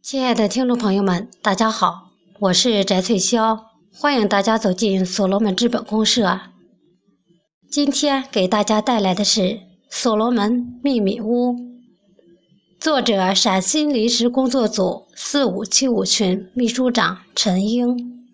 亲爱的听众朋友们，大家好，我是翟翠霄，欢迎大家走进所罗门资本公社。今天给大家带来的是《所罗门秘密屋》，作者陕西临时工作组4575群秘书长陈英。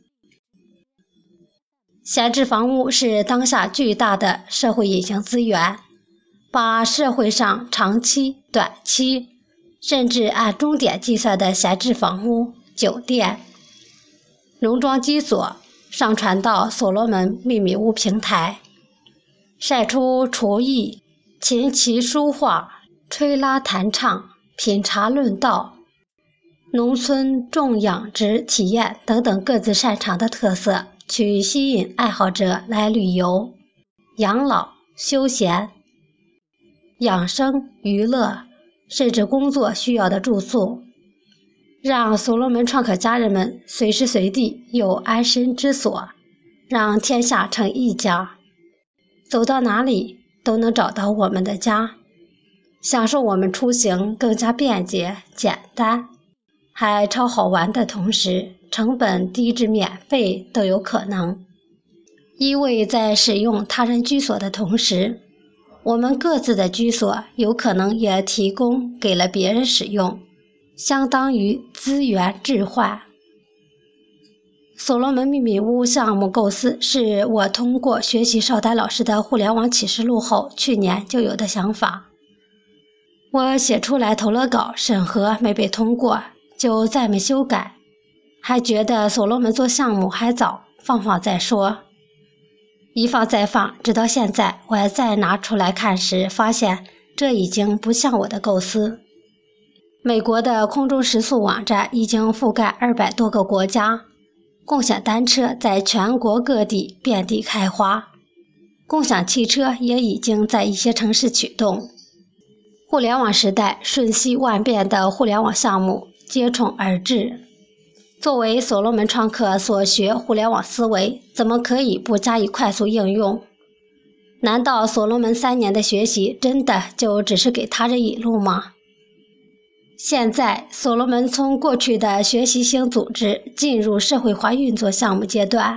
闲置房屋是当下巨大的社会隐形资源，把社会上长期、短期甚至按钟点计算的闲置房屋、酒店、农庄基所上传到所罗门秘密屋平台，晒出厨艺、琴棋书画、吹拉弹唱、品茶论道、农村种养殖体验等等各自擅长的特色，去吸引爱好者来旅游、养老、休闲、养生、娱乐甚至工作需要的住宿，让所罗门创客家人们随时随地有安身之所，让天下成一家，走到哪里都能找到我们的家，享受我们出行更加便捷简单，还超好玩的同时，成本低至免费都有可能。因为在使用他人居所的同时，我们各自的居所有可能也提供给了别人使用，相当于资源置换。所罗门秘密屋项目构思是我通过学习邵丹老师的互联网启示录后，去年就有的想法。我写出来投了稿，审核没被通过，就再没修改，还觉得所罗门做项目还早，放放再说。一放再放，直到现在我再拿出来看时，发现这已经不像我的构思。美国的空中食宿网站已经覆盖200多个国家，共享单车在全国各地遍地开花，共享汽车也已经在一些城市启动。互联网时代瞬息万变的互联网项目接踵而至，作为所罗门创客所学互联网思维，怎么可以不加以快速应用？难道所罗门3年的学习真的就只是给他人引路吗？现在所罗门从过去的学习型组织进入社会化运作项目阶段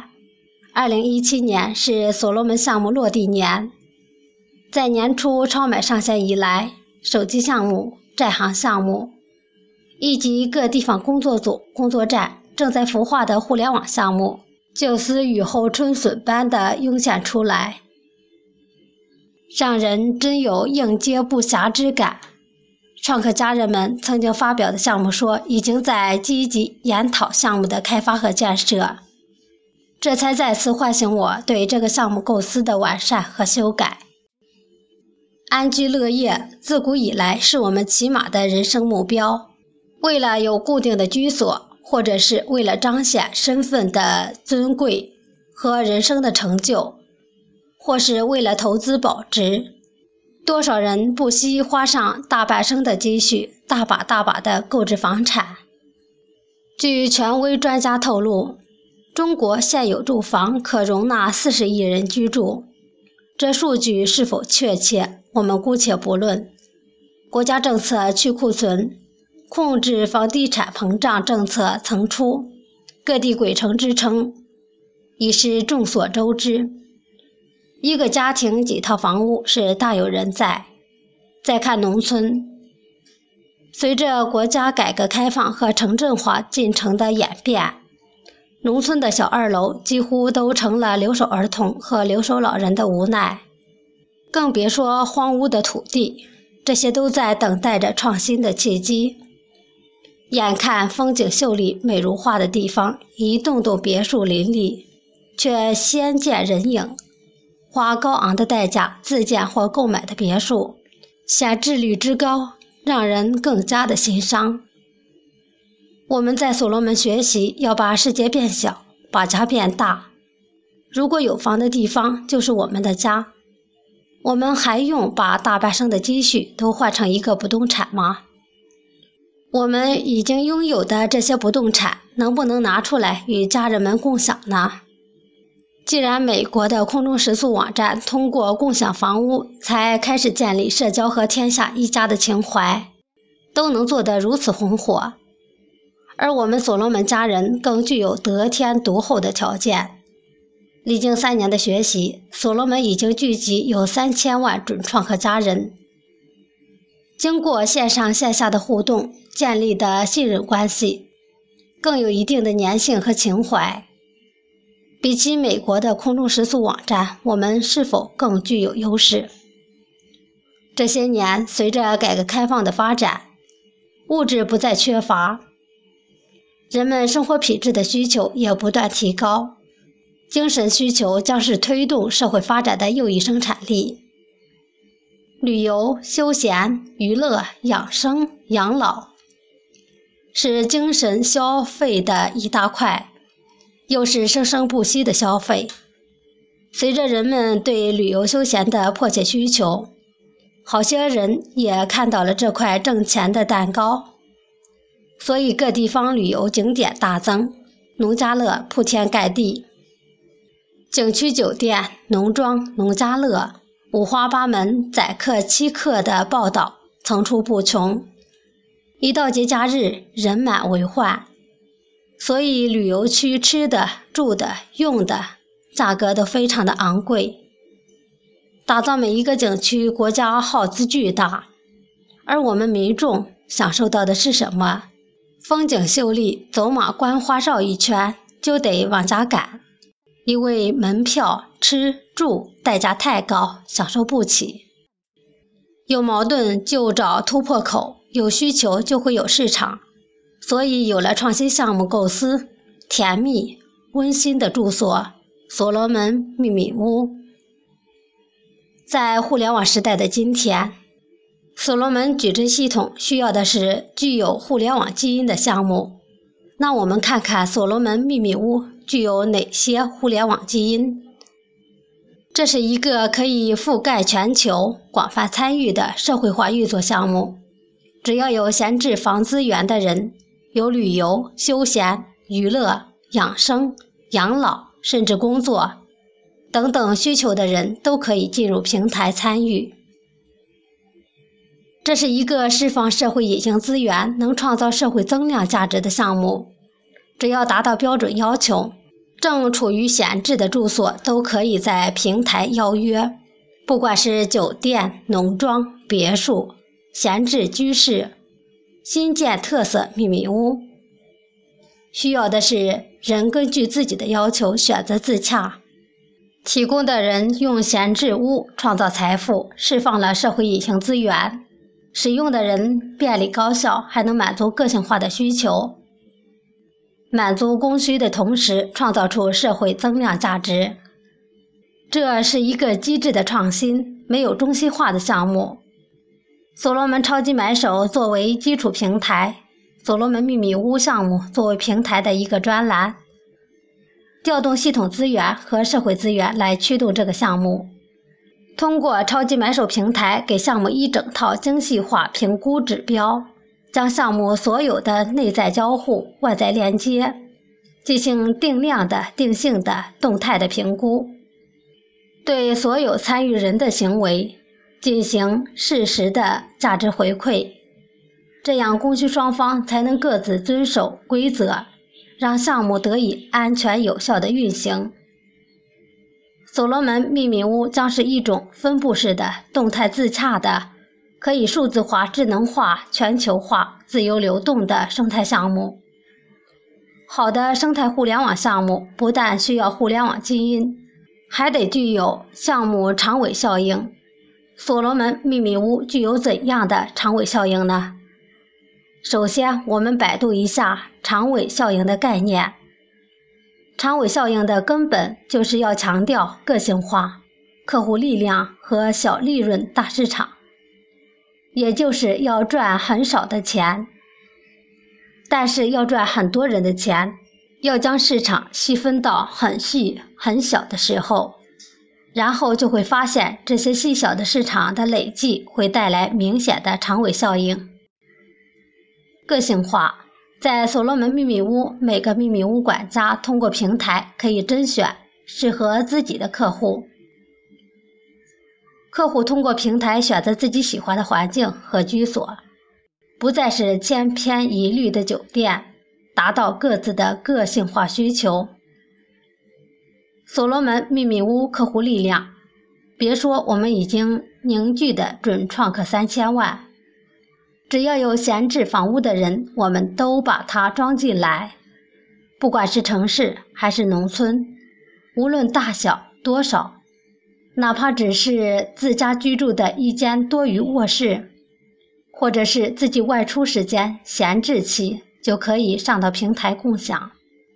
，2017年是所罗门项目落地年。在年初超买上线以来，手机项目、债行项目以及各地方工作组、工作站正在孵化的互联网项目，就似雨后春笋般的涌现出来，让人真有应接不暇之感。创客家人们曾经发表的项目说，已经在积极研讨项目的开发和建设，这才再次唤醒我对这个项目构思的完善和修改。安居乐业自古以来是我们起码的人生目标，为了有固定的居所，或者是为了彰显身份的尊贵和人生的成就，或是为了投资保值，多少人不惜花上大半生的积蓄，大把大把的购置房产。据权威专家透露，中国现有住房可容纳40亿人居住，这数据是否确切，我们姑且不论。国家政策去库存、控制房地产膨胀政策层出，各地鬼城之称已是众所周知。一个家庭几套房屋是大有人在。再看农村，随着国家改革开放和城镇化进程的演变，农村的小2楼几乎都成了留守儿童和留守老人的无奈，更别说荒芜的土地，这些都在等待着创新的契机。眼看风景秀丽美如画的地方，一栋栋别墅林立，却鲜见人影，花高昂的代价自建或购买的别墅，闲置率之高，让人更加的心伤。我们在所罗门学习要把世界变小，把家变大。如果有房的地方就是我们的家，我们还用把大半生的积蓄都换成一个不动产吗？我们已经拥有的这些不动产，能不能拿出来与家人们共享呢？既然美国的空中食宿网站通过共享房屋才开始建立社交和天下一家的情怀，都能做得如此红火， 而我们所罗门家人更具有得天独厚的条件。历经3年的学习，所罗门已经聚集有3000万准创客家人。经过线上线下的互动建立的信任关系，更有一定的粘性和情怀。比起美国的空中食宿网站，我们是否更具有优势？这些年，随着改革开放的发展，物质不再缺乏，人们生活品质的需求也不断提高，精神需求将是推动社会发展的又一生产力。旅游、休闲、娱乐、养生、养老是精神消费的一大块，又是生生不息的消费。随着人们对旅游休闲的迫切需求，好些人也看到了这块挣钱的蛋糕，所以各地方旅游景点大增，农家乐铺天盖地，景区酒店、农庄、农家乐五花八门，载客欺客的报道层出不穷。一到节假日，人满为患，所以旅游区吃的、住的、用的价格都非常的昂贵。打造每一个景区，国家耗资巨大，而我们民众享受到的是什么？风景秀丽，走马观花绕一圈就得往家赶，因为门票、吃住代价太高，享受不起。有矛盾就找突破口，有需求就会有市场，所以有了创新项目构思，甜蜜温馨的住所所罗门秘密屋。在互联网时代的今天，所罗门矩阵系统需要的是具有互联网基因的项目。那我们看看所罗门秘密屋具有哪些互联网基因？这是一个可以覆盖全球、广泛参与的社会化运作项目。只要有闲置房资源的人，有旅游、休闲、娱乐、养生、养老，甚至工作等等需求的人都可以进入平台参与。这是一个释放社会隐形资源，能创造社会增量价值的项目。只要达到标准要求，正处于闲置的住所都可以在平台邀约，不管是酒店、农庄、别墅、闲置居室、新建特色秘密屋。需要的是人根据自己的要求选择自洽，提供的人用闲置屋创造财富，释放了社会隐形资源，使用的人便利高效，还能满足个性化的需求，满足供需的同时创造出社会增量价值。这是一个机制的创新，没有中心化的项目。所罗门超级买手作为基础平台，所罗门秘密屋项目作为平台的一个专栏，调动系统资源和社会资源来驱动这个项目。通过超级买手平台给项目一整套精细化评估指标，将项目所有的内在交互、外在连接进行定量的、定性的、动态的评估，对所有参与人的行为进行适时的价值回馈，这样供需双方才能各自遵守规则，让项目得以安全有效的运行。所罗门秘密屋将是一种分布式的、动态自洽的、可以数字化、智能化、全球化、自由流动的生态项目。好的生态互联网项目不但需要互联网基因，还得具有项目长尾效应。所罗门秘密屋具有怎样的长尾效应呢？首先，我们百度一下长尾效应的概念。长尾效应的根本就是要强调个性化、客户力量和小利润大市场，也就是要赚很少的钱，但是要赚很多人的钱。要将市场细分到很细很小的时候，然后就会发现这些细小的市场的累计会带来明显的长尾效应。个性化，在所罗门秘密屋，每个秘密屋管家通过平台可以甄选适合自己的客户，客户通过平台选择自己喜欢的环境和居所，不再是千篇一律的酒店， 达到各自的个性化需求。所罗门秘密屋客户力量，别说我们已经凝聚的准创客3000万，只要有闲置房屋的人，我们都把它装进来。不管是城市还是农村，无论大小多少，哪怕只是自家居住的一间多余卧室，或者是自己外出时间闲置期，就可以上到平台共享。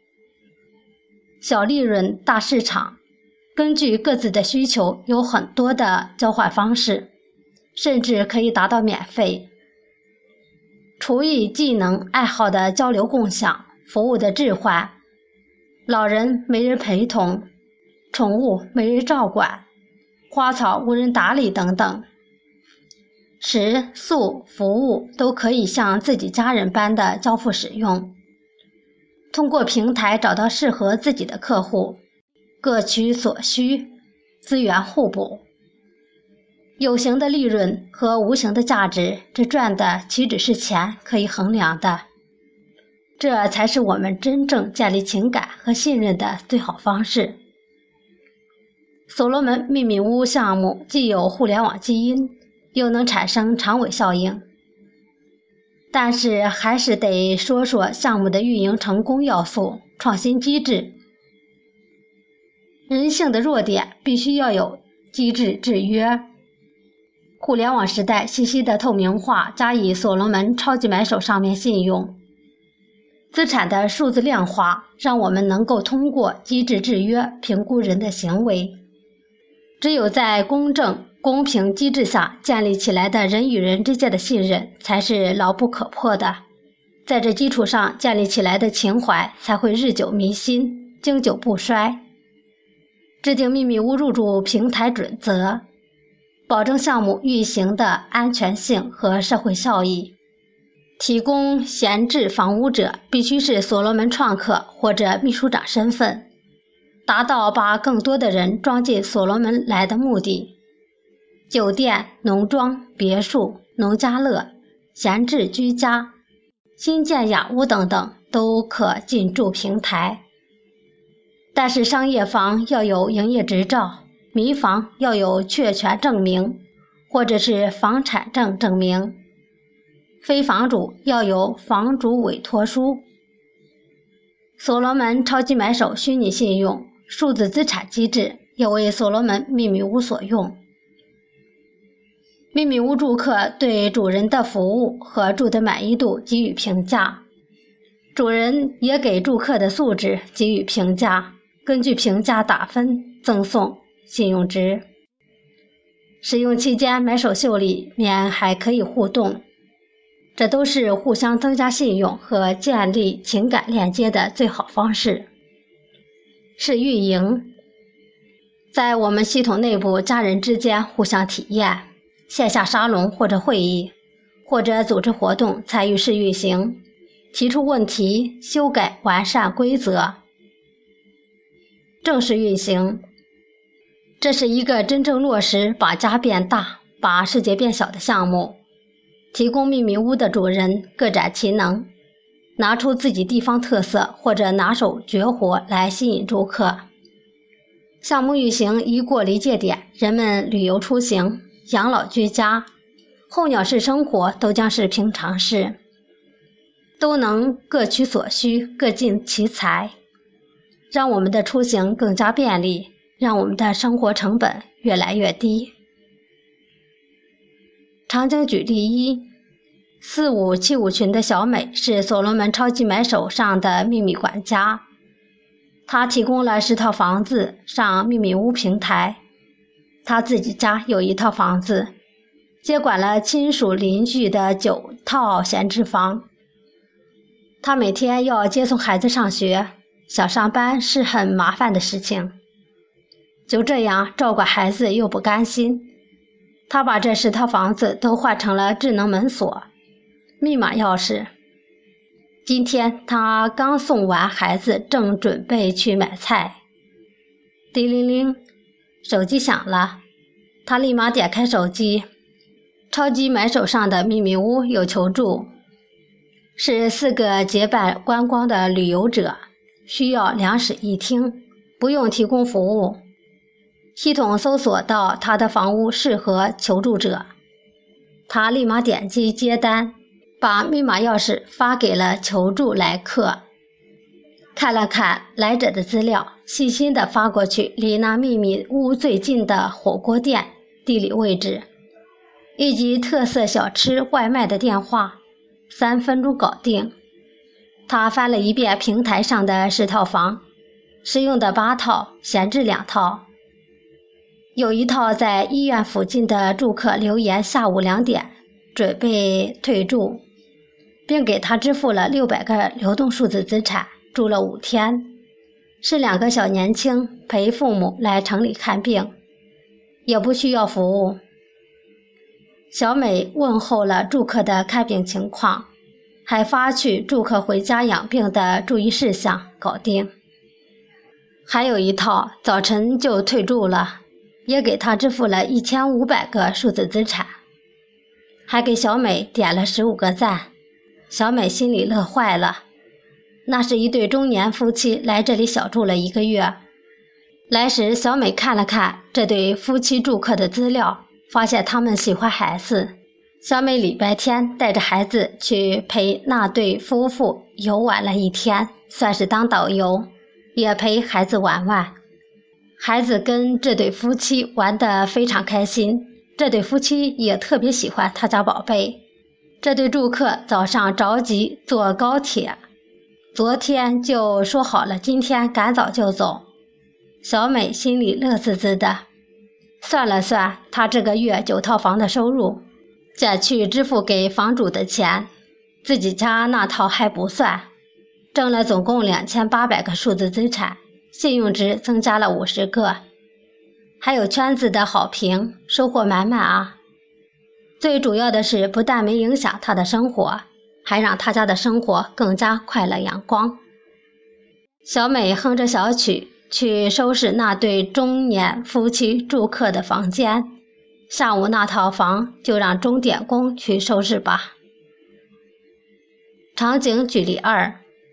小利润大市场，根据各自的需求有很多的交换方式，甚至可以达到免费。厨艺、技能、爱好的交流共享，服务的置换，老人没人陪同，宠物没人照管，花草无人打理等等，食宿服务都可以像自己家人般的交付使用。通过平台找到适合自己的客户，各取所需，资源互补。有形的利润和无形的价值，这赚的岂止是钱可以衡量的？这才是我们真正建立情感和信任的最好方式。所罗门秘密屋项目既有互联网基因，又能产生长尾效应。但是还是得说说项目的运营成功要素、创新机制。人性的弱点必须要有机制制约。互联网时代信息的透明化加以所罗门超级买手上面信用，资产的数字量化，让我们能够通过机制制约评估人的行为。只有在公正公平机制下建立起来的人与人之间的信任才是牢不可破的，在这基础上建立起来的情怀才会日久弥新，经久不衰。制定秘密屋入驻平台准则，保证项目运行的安全性和社会效益。提供闲置房屋者必须是所罗门创客或者秘书长身份，达到把更多的人装进所罗门来的目的。酒店、农庄、别墅、农家乐、闲置居家、新建雅屋等等都可进驻平台。但是商业房要有营业执照，民房要有确权证明或者是房产证证明，非房主要有房主委托书。所罗门超级买手虚拟信用、数字资产机制也为所罗门秘密屋所用。秘密屋住客对主人的服务和住的满意度给予评价，主人也给住客的素质给予评价，根据评价打分赠送信用值。使用期间买手秀里面还可以互动，这都是互相增加信用和建立情感链接的最好方式。是运营，在我们系统内部家人之间互相体验，线下沙龙或者会议，或者组织活动参与式运行，提出问题，修改完善规则。正式运行，这是一个真正落实把家变大、把世界变小的项目。提供秘密屋的主人各展其能，拿出自己地方特色或者拿手绝活来吸引住客。项目运行一过临界点，人们旅游出行、养老居家、候鸟式生活都将是平常事，都能各取所需，各尽其才，让我们的出行更加便利，让我们的生活成本越来越低。场景举例一，4575群的小美是所罗门超级买手上的秘密管家，她提供了10套房子上秘密屋平台，她自己家有1套房子，接管了亲属邻居的9套闲置房。她每天要接送孩子上学，想上班是很麻烦的事情，就这样照管孩子又不甘心，他把这10套房子都换成了智能门锁、密码钥匙。今天他刚送完孩子，正准备去买菜，叮铃铃，手机响了，他立马点开手机，超级买手上的秘密屋有求助， 是4个结伴观光的旅游者，需要2室1厅，不用提供服务。系统搜索到他的房屋适合求助者，他立马点击接单，把密码钥匙发给了求助来客。看了看来者的资料，细心地发过去离那秘密屋最近的火锅店地理位置，以及特色小吃外卖的电话，3分钟搞定。他翻了一遍平台上的10套房，使用的8套，闲置2套。有1套在医院附近的住客留言下午2点准备退住，并给他支付了600个流动数字资产，住了5天。是2个小年轻陪父母来城里看病，也不需要服务。小美问候了住客的看病情况，还发去住客回家养病的注意事项，搞定。还有1套早晨就退住了，也给他支付了1500个数字资产，还给小美点了15个赞。小美心里乐坏了，那是一对中年夫妻来这里小住了1个月。来时小美看了看这对夫妻住客的资料，发现他们喜欢孩子。小美礼拜天带着孩子去陪那对夫妇游玩了1天，算是当导游，也陪孩子玩玩。孩子跟这对夫妻玩得非常开心，这对夫妻也特别喜欢他家宝贝。这对住客早上着急坐高铁，昨天就说好了今天赶早就走。小美心里乐滋滋的，算了算她这个月9套房的收入，减去支付给房主的钱，自己家那套还不算，挣了总共2800个数字资产，信用值增加了50个，还有圈子的好评，收获满满啊！最主要的是，不但没影响他的生活，还让他家的生活更加快乐阳光。小美哼着小曲去收拾那对中年夫妻住客的房间，下午那套房就让钟点工去收拾吧。场景举例2，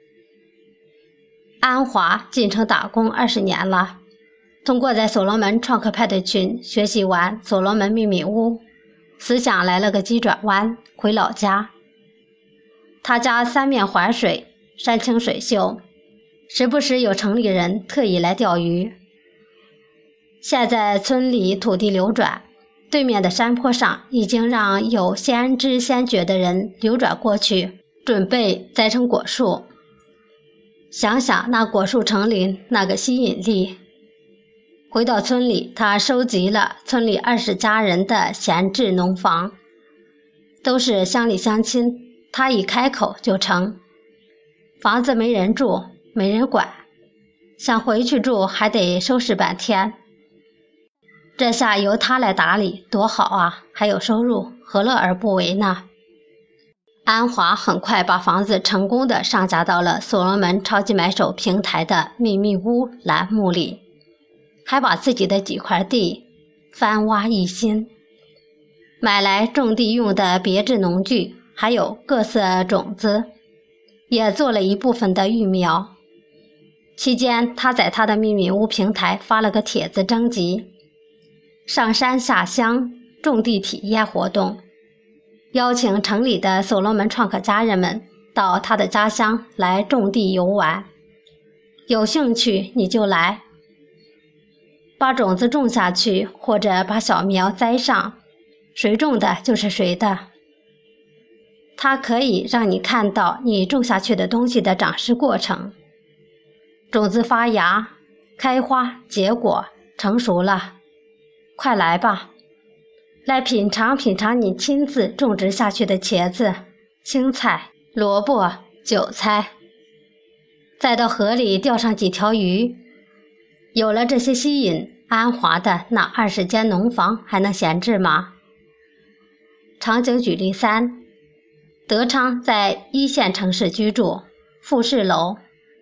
安华进城打工20年了，通过在所罗门创客派对群学习完所罗门秘密屋，思想来了个急转弯，回老家。他家3面环水，山清水秀，时不时有城里人特意来钓鱼。现在村里土地流转，对面的山坡上已经让有先知先觉的人流转过去，准备栽成果树。想想那果树成林那个吸引力。回到村里，他收集了村里20家人的闲置农房，都是乡里乡亲，他一开口就成。房子没人住，没人管，想回去住还得收拾半天。这下由他来打理，多好啊，还有收入，何乐而不为呢？安华很快把房子成功地上架到了所罗门超级买手平台的秘密屋栏目里，还把自己的几块地翻挖一新，买来种地用的别致农具，还有各色种子，也做了一部分的育苗。期间他在他的秘密屋平台发了个帖子征集上山下乡种地体验活动，邀请城里的所罗门创客家人们到他的家乡来种地游玩，有兴趣你就来，把种子种下去，或者把小苗栽上，谁种的就是谁的。它可以让你看到你种下去的东西的长势过程，种子发芽、开花、结果，成熟了，快来吧，来品尝品尝你亲自种植下去的茄子、青菜、萝卜、韭菜，再到河里钓上几条鱼。有了这些吸引，安华的那20间农房还能闲置吗？场景举例3，德昌在1线城市居住，复式楼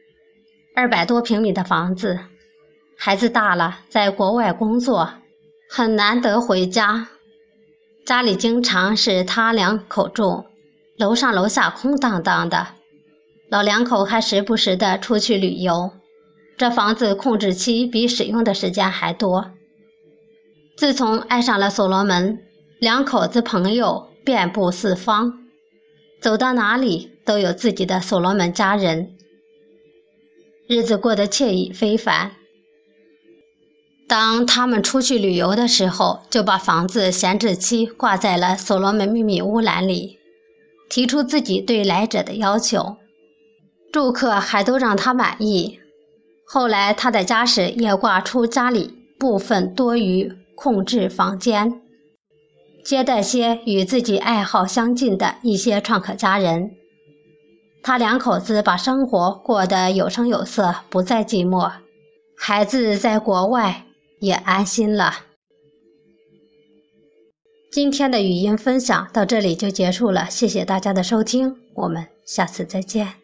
，200多平米的房子，孩子大了，在国外工作，很难得回家，家里经常是他2口住， 楼上楼下空荡荡的，老两口还时不时的出去旅游，这房子空置期比使用的时间还多。自从爱上了所罗门，两口子朋友遍布四方，走到哪里都有自己的所罗门家人，日子过得惬意非凡。当他们出去旅游的时候，就把房子闲置期挂在了所罗门秘密屋栏里，提出自己对来者的要求，住客还都让他满意。后来他在家时也挂出家里部分多余空置房间，接待些与自己爱好相近的一些创客家人。他两口子把生活过得有声有色，不再寂寞，孩子在国外也安心了。今天的语音分享到这里就结束了，谢谢大家的收听，我们下次再见。